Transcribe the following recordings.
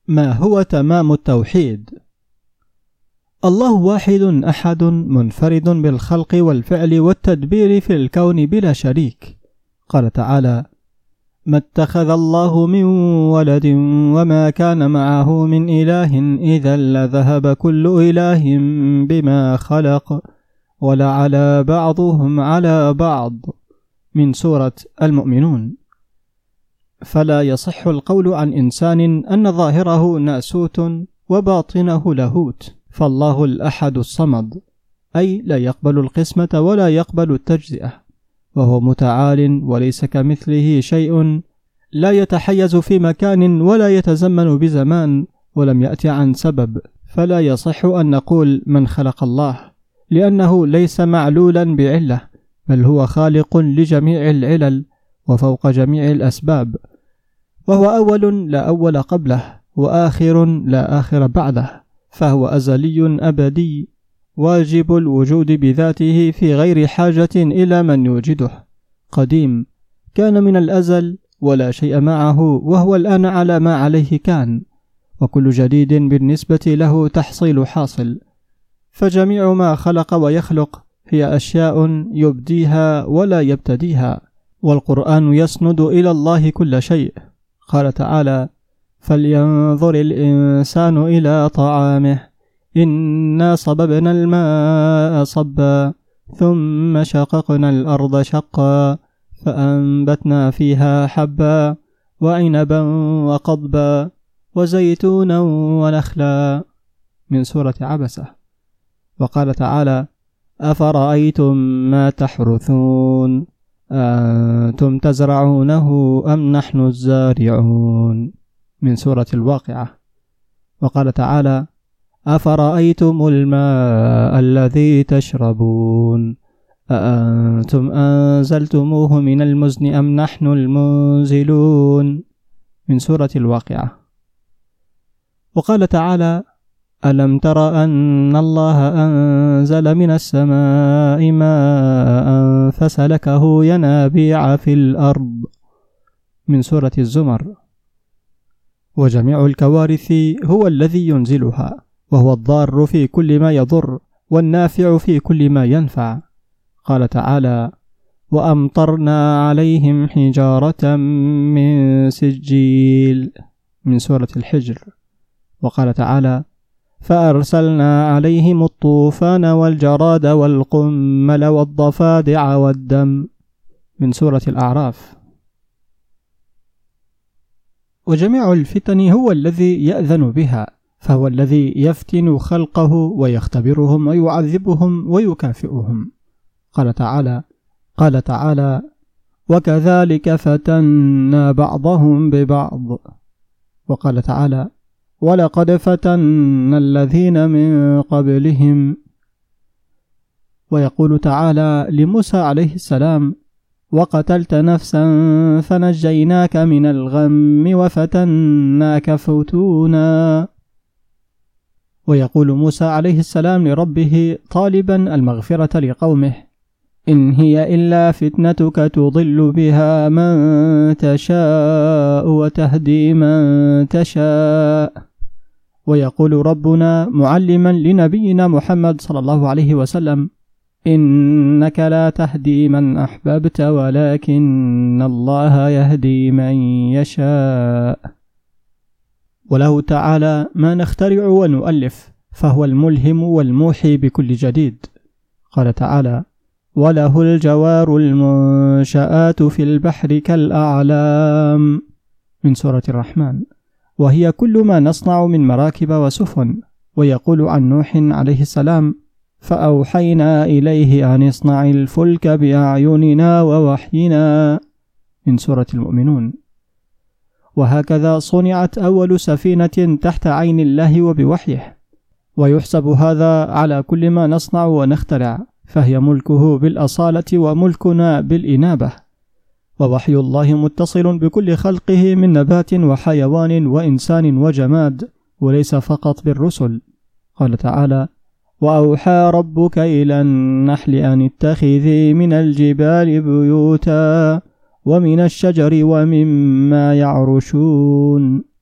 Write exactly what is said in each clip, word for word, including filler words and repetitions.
ما هو تمام التوحيد؟ الله واحد أحد منفرد بالخلق والفعل والتدبير في الكون بلا شريك. قال تعالى: ما اتخذ الله من ولد وما كان معه من إله إذا لذهب كل إله بما خلق ولعلى بعضهم على بعض، من سورة المؤمنون. فلا يصح القول عن إنسان أن ظاهره ناسوت وباطنه لاهوت، فالله الأحد الصمد، أي لا يقبل القسمة ولا يقبل التجزئة، وهو متعال وليس كمثله شيء، لا يتحيز في مكان ولا يتزمن بزمان، ولم يأتي عن سبب، فلا يصح أن نقول من خلق الله، لأنه ليس معلولا بعلة، بل هو خالق لجميع العلل وفوق جميع الأسباب، وهو أول لا أول قبله، وآخر لا آخر بعده، فهو أزلي أبدي واجب الوجود بذاته في غير حاجة إلى من يوجده، قديم كان من الأزل ولا شيء معه، وهو الآن على ما عليه كان، وكل جديد بالنسبة له تحصيل حاصل، فجميع ما خلق ويخلق هي أشياء يبديها ولا يبتديها، والقرآن يسند إلى الله كل شيء. قال تعالى: فلينظر الإنسان إلى طعامه إنا صببنا الماء صبا ثم شققنا الأرض شقا فأنبتنا فيها حبا وعنبا وقضبا وزيتونا ونخلا، من سورة عبسة. وقال تعالى: أفرأيتم ما تحرثون أنتم تزرعونه أم نحن الزارعون، من سورة الواقعة. وقال تعالى: أفرأيتم الماء الذي تشربون أأنتم أنزلتموه من المزن أم نحن المنزلون، من سورة الواقعة. وقال تعالى: ألم تر أن الله أنزل من السماء ماء فسلكه ينابيع في الأرض، من سورة الزمر. وجميع الكوارث هو الذي ينزلها، وهو الضار في كل ما يضر والنافع في كل ما ينفع. قال تعالى: وأمطرنا عليهم حجارة من سجيل، من سورة الحجر. وقال تعالى: فأرسلنا عليهم الطوفان والجراد والقمل والضفادع والدم، من سورة الأعراف. وجميع الفتن هو الذي يأذن بها، فهو الذي يفتن خلقه ويختبرهم ويعذبهم ويكافئهم. قال تعالى: قال تعالى: وكذلك فتنا بعضهم ببعض. وقال تعالى: ولقد فتنا الذين من قبلهم. ويقول تعالى لموسى عليه السلام: وقتلت نفسا فنجيناك من الغم وفتناك فتونا. ويقول موسى عليه السلام لربه طالبا المغفرة لقومه: إن هي إلا فتنتك تضل بها من تشاء وتهدي من تشاء. ويقول ربنا معلما لنبينا محمد صلى الله عليه وسلم: إنك لا تهدي من أحببت ولكن الله يهدي من يشاء. وله تعالى ما نخترع ونؤلف، فهو الملهم والموحي بكل جديد. قال تعالى: وله الجوار المنشآت في البحر كالأعلام، من سورة الرحمن، وهي كل ما نصنع من مراكب وسفن. ويقول عن نوح عليه السلام: فأوحينا إليه أن اصنع الفلك بأعيننا ووحينا، من سورة المؤمنون. وهكذا صنعت أول سفينة تحت عين الله وبوحيه، ويحسب هذا على كل ما نصنع ونخترع، فهي ملكه بالأصالة وملكنا بالإنابة. ووحي الله متصل بكل خلقه من نبات وحيوان وإنسان وجماد، وليس فقط بالرسل. قال تعالى: وأوحى ربك إلى النحل أن اتخذي من الجبال بيوتا ومن الشجر ومما يعرشون.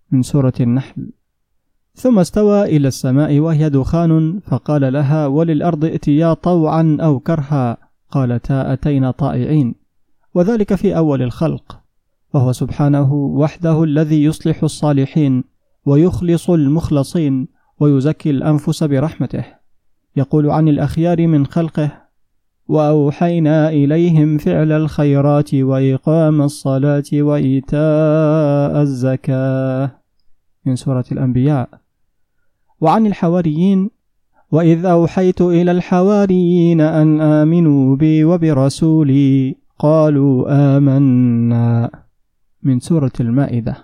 من سورة النحل. ثم استوى إلى السماء وهي دخان فقال لها وللأرض ائتيا طوعا أو كرها قالتا أتينا طائعين، وذلك في أول الخلق. وهو سبحانه وحده الذي يصلح الصالحين ويخلص المخلصين ويزكي الأنفس برحمته. يقول عن الأخيار من خلقه: وأوحينا إليهم فعل الخيرات وإقام الصلاة وإيتاء الزكاة، من سورة الأنبياء. وعن الحواريين: وإذ أوحيت إلى الحواريين أن آمنوا بي وبرسولي قالوا آمنا، من سورة المائدة.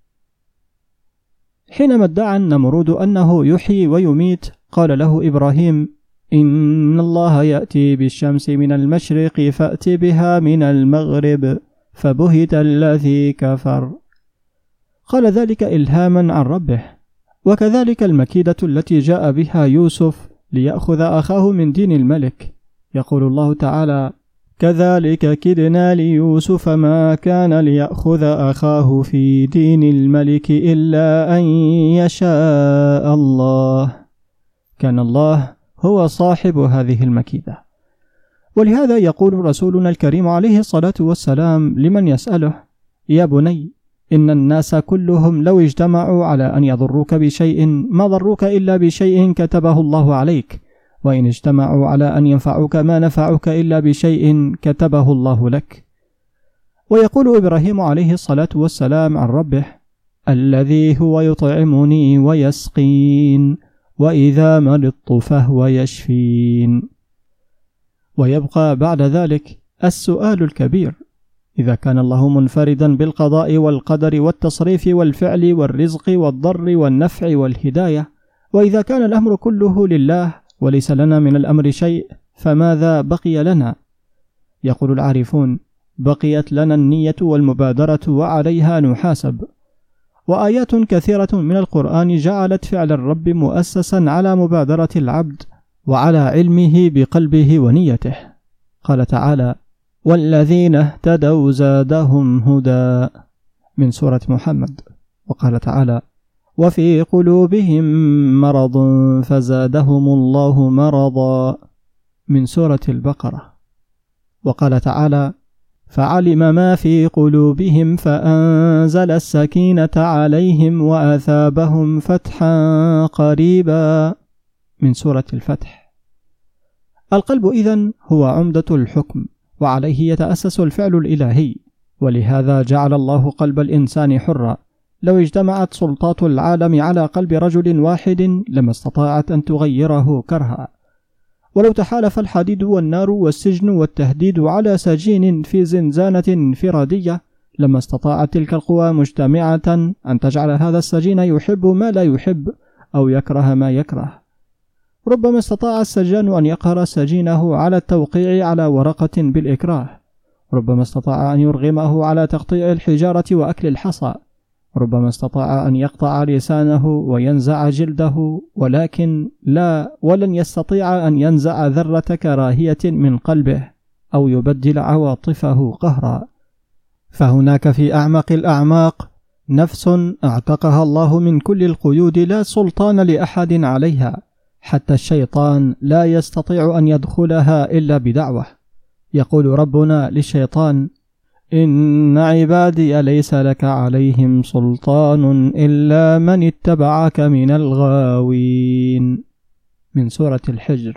حينما ادعى النمرود أنه يحيي ويميت قال له إبراهيم: إن الله يأتي بالشمس من المشرق فأت بها من المغرب فبهت الذي كفر. قال ذلك إلهاما عن ربه. وكذلك المكيدة التي جاء بها يوسف ليأخذ أخاه من دين الملك. يقول الله تعالى: كذلك كدنا ليوسف ما كان ليأخذ أخاه في دين الملك إلا أن يشاء الله. كان الله هو صاحب هذه المكيدة. ولهذا يقول رسولنا الكريم عليه الصلاة والسلام لمن يسأله: يا بني، إن الناس كلهم لو اجتمعوا على أن يضروك بشيء ما ضروك إلا بشيء كتبه الله عليك، وإن اجتمعوا على أن ينفعوك ما نفعوك إلا بشيء كتبه الله لك. ويقول إبراهيم عليه الصلاة والسلام عن ربه: الذي هو يطعمني ويسقين وإذا مرضت فهو يشفين. ويبقى بعد ذلك السؤال الكبير: إذا كان الله منفردا بالقضاء والقدر والتصريف والفعل والرزق والضر والنفع والهداية، وإذا كان الأمر كله لله وليس لنا من الأمر شيء، فماذا بقي لنا؟ يقول العارفون: بقيت لنا النية والمبادرة وعليها نحاسب. وآيات كثيرة من القرآن جعلت فعل الرب مؤسسا على مبادرة العبد وعلى علمه بقلبه ونيته. قال تعالى: والذين اهتدوا زادهم هدى، من سورة محمد. وقال تعالى: وفي قلوبهم مرض فزادهم الله مرضا، من سورة البقرة. وقال تعالى: فعلم ما في قلوبهم فأنزل السكينة عليهم وأثابهم فتحا قريبا، من سورة الفتح. القلب إذن هو عمدة الحكم، وعليه يتأسس الفعل الإلهي. ولهذا جعل الله قلب الإنسان حرا. لو اجتمعت سلطات العالم على قلب رجل واحد لما استطاعت أن تغيره كرها. ولو تحالف الحديد والنار والسجن والتهديد على سجين في زنزانة انفرادية لما استطاعت تلك القوى مجتمعة أن تجعل هذا السجين يحب ما لا يحب أو يكره ما يكره. ربما استطاع السجان أن يقهر سجينه على التوقيع على ورقة بالإكراه. ربما استطاع أن يرغمه على تقطيع الحجارة وأكل الحصى. ربما استطاع أن يقطع لسانه وينزع جلده، ولكن لا ولن يستطيع أن ينزع ذرة كراهية من قلبه أو يبدل عواطفه قهرا. فهناك في أعمق الأعماق نفس اعتقها الله من كل القيود لا سلطان لأحد عليها، حتى الشيطان لا يستطيع أن يدخلها إلا بدعوة. يقول ربنا للشيطان: إن عبادي ليس لك عليهم سلطان إلا من اتبعك من الغاوين، من سورة الحجر.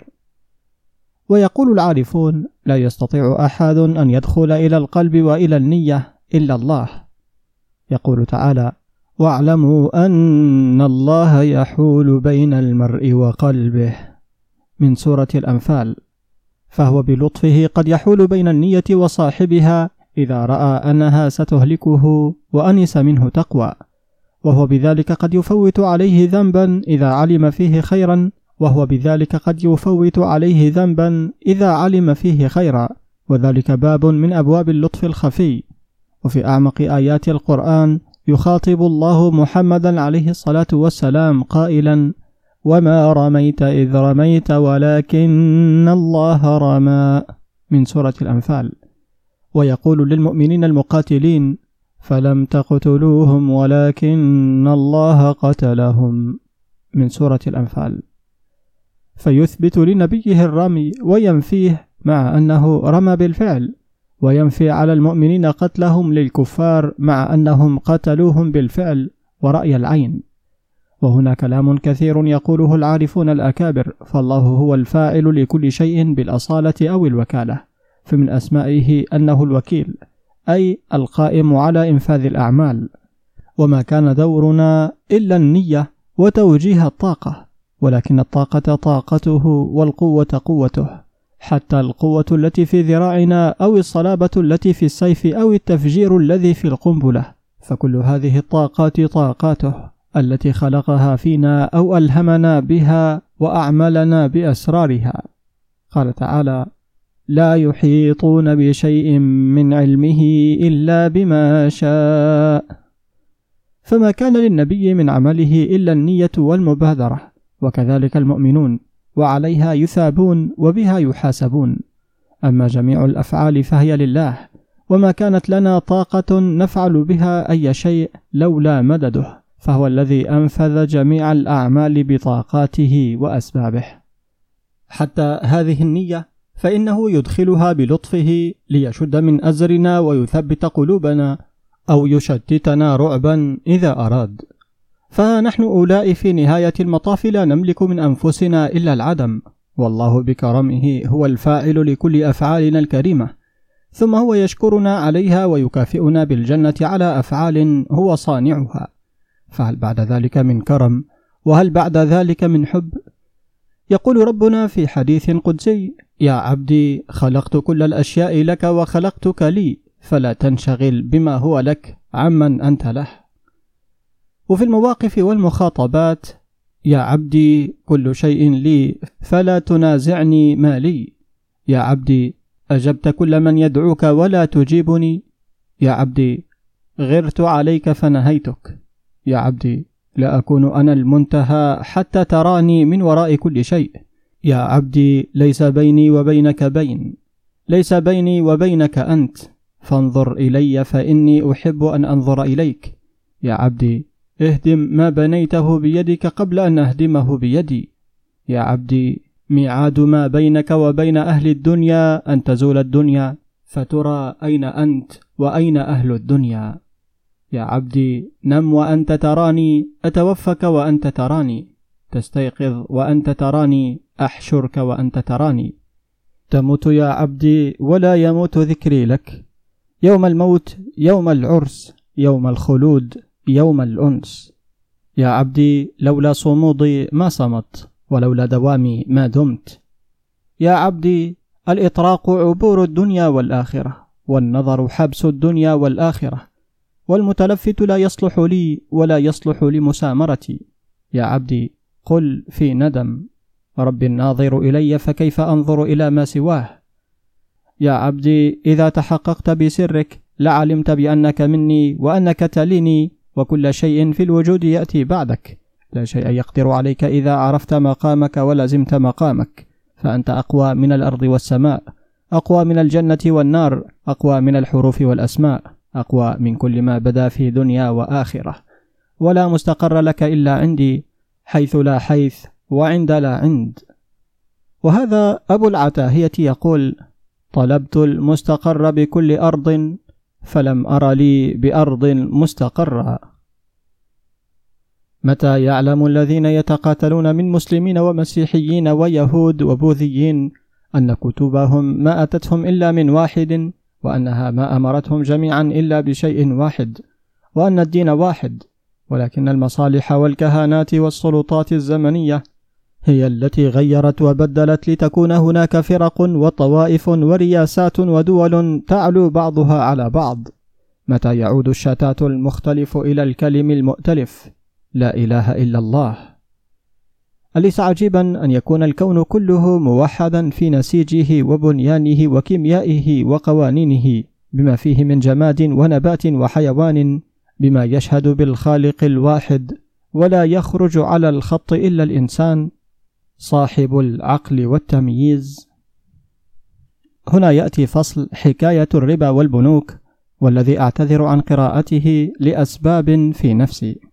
ويقول العارفون: لا يستطيع أحد أن يدخل إلى القلب وإلى النية إلا الله. يقول تعالى: واعلموا أن الله يحول بين المرء وقلبه، من سورة الأنفال. فهو بلطفه قد يحول بين النية وصاحبها إذا رأى أنها ستهلكه وأنس منه تقوى، وهو بذلك قد يفوت عليه ذنبا إذا علم فيه خيرا وهو بذلك قد يفوت عليه ذنبا إذا علم فيه خيرا، وذلك باب من أبواب اللطف الخفي. وفي أعمق آيات القرآن يخاطب الله محمدا عليه الصلاة والسلام قائلا: وما رميت إذ رميت ولكن الله رمى، من سورة الأنفال. ويقول للمؤمنين المقاتلين: فلم تقتلوهم ولكن الله قتلهم، من سورة الأنفال. فيثبت لنبيه الرمي وينفيه مع أنه رمى بالفعل، وينفي على المؤمنين قتلهم للكفار مع أنهم قتلوهم بالفعل ورأي العين. وهنا كلام كثير يقوله العارفون الأكابر، فالله هو الفاعل لكل شيء بالأصالة أو الوكالة، فمن أسمائه أنه الوكيل، أي القائم على إنفاذ الأعمال. وما كان دورنا إلا النية وتوجيه الطاقة، ولكن الطاقة طاقته والقوة قوته، حتى القوة التي في ذراعنا أو الصلابة التي في السيف أو التفجير الذي في القنبلة، فكل هذه الطاقات طاقاته التي خلقها فينا أو ألهمنا بها وأعملنا بأسرارها. قال تعالى: لا يحيطون بشيء من علمه إلا بما شاء. فما كان للنبي من عمله إلا النية والمبادرة، وكذلك المؤمنون، وعليها يثابون وبها يحاسبون. أما جميع الأفعال فهي لله، وما كانت لنا طاقة نفعل بها أي شيء لولا مدده، فهو الذي أنفذ جميع الأعمال بطاقاته وأسبابه. حتى هذه النية فإنه يدخلها بلطفه ليشد من أزرنا ويثبت قلوبنا، أو يشتتنا رعبا إذا أراد. فنحن أولئك في نهاية المطاف لا نملك من أنفسنا إلا العدم، والله بكرمه هو الفاعل لكل أفعالنا الكريمة، ثم هو يشكرنا عليها ويكافئنا بالجنة على أفعال هو صانعها. فهل بعد ذلك من كرم؟ وهل بعد ذلك من حب؟ يقول ربنا في حديث قدسي: يا عبدي خلقت كل الأشياء لك وخلقتك لي، فلا تنشغل بما هو لك عمن أنت له. وفي المواقف والمخاطبات: يا عبدي كل شيء لي فلا تنازعني ما لي. يا عبدي أجبت كل من يدعوك ولا تجيبني. يا عبدي غرت عليك فنهيتك. يا عبدي لا أكون أنا المنتهى حتى تراني من وراء كل شيء. يا عبدي ليس بيني وبينك بين، ليس بيني وبينك أنت، فانظر إلي فإني أحب أن أنظر إليك. يا عبدي اهدم ما بنيته بيدك قبل أن أهدمه بيدي. يا عبدي ميعاد ما بينك وبين أهل الدنيا أن تزول الدنيا فترى أين أنت وأين أهل الدنيا. يا عبدي نم وأنت تراني، أتوفك وأنت تراني، تستيقظ وأنت تراني، أحشرك وأنت تراني. تموت يا عبدي ولا يموت ذكري لك، يوم الموت، يوم العرس، يوم الخلود، يوم الأنس. يا عبدي لولا صمودي ما صمت، ولولا دوامي ما دمت. يا عبدي الإطراق عبور الدنيا والآخرة، والنظر حبس الدنيا والآخرة، والمتلفت لا يصلح لي ولا يصلح لمسامرتي. يا عبدي قل في ندم: رب الناظر إلي فكيف أنظر إلى ما سواه. يا عبدي إذا تحققت بسرك لعلمت بأنك مني وأنك تليني، وكل شيء في الوجود يأتي بعدك، لا شيء يقدر عليك إذا عرفت مقامك ولزمت مقامك، فأنت أقوى من الأرض والسماء، أقوى من الجنة والنار، أقوى من الحروف والأسماء، أقوى من كل ما بدا في دنيا وآخرة. ولا مستقر لك إلا عندي، حيث لا حيث وعند لا عند. وهذا أبو العتاهية يقول: طلبت المستقر بكل أرض فلم أر لي بأرض مستقرة. متى يعلم الذين يتقاتلون من مسلمين ومسيحيين ويهود وبوذيين أن كتبهم ما أتتهم إلا من واحد، وأنها ما أمرتهم جميعا إلا بشيء واحد، وأن الدين واحد، ولكن المصالح والكهانات والسلطات الزمنية هي التي غيرت وبدلت لتكون هناك فرق وطوائف ورياسات ودول تعلو بعضها على بعض. متى يعود الشتات المختلف إلى الكلم المؤتلف: لا إله إلا الله؟ أليس عجيبا أن يكون الكون كله موحدا في نسيجه وبنيانه وكيميائه وقوانينه، بما فيه من جماد ونبات وحيوان، بما يشهد بالخالق الواحد، ولا يخرج على الخط إلا الإنسان صاحب العقل والتمييز. هنا يأتي فصل حكاية الربا والبنوك، والذي أعتذر عن قراءته لأسباب في نفسي.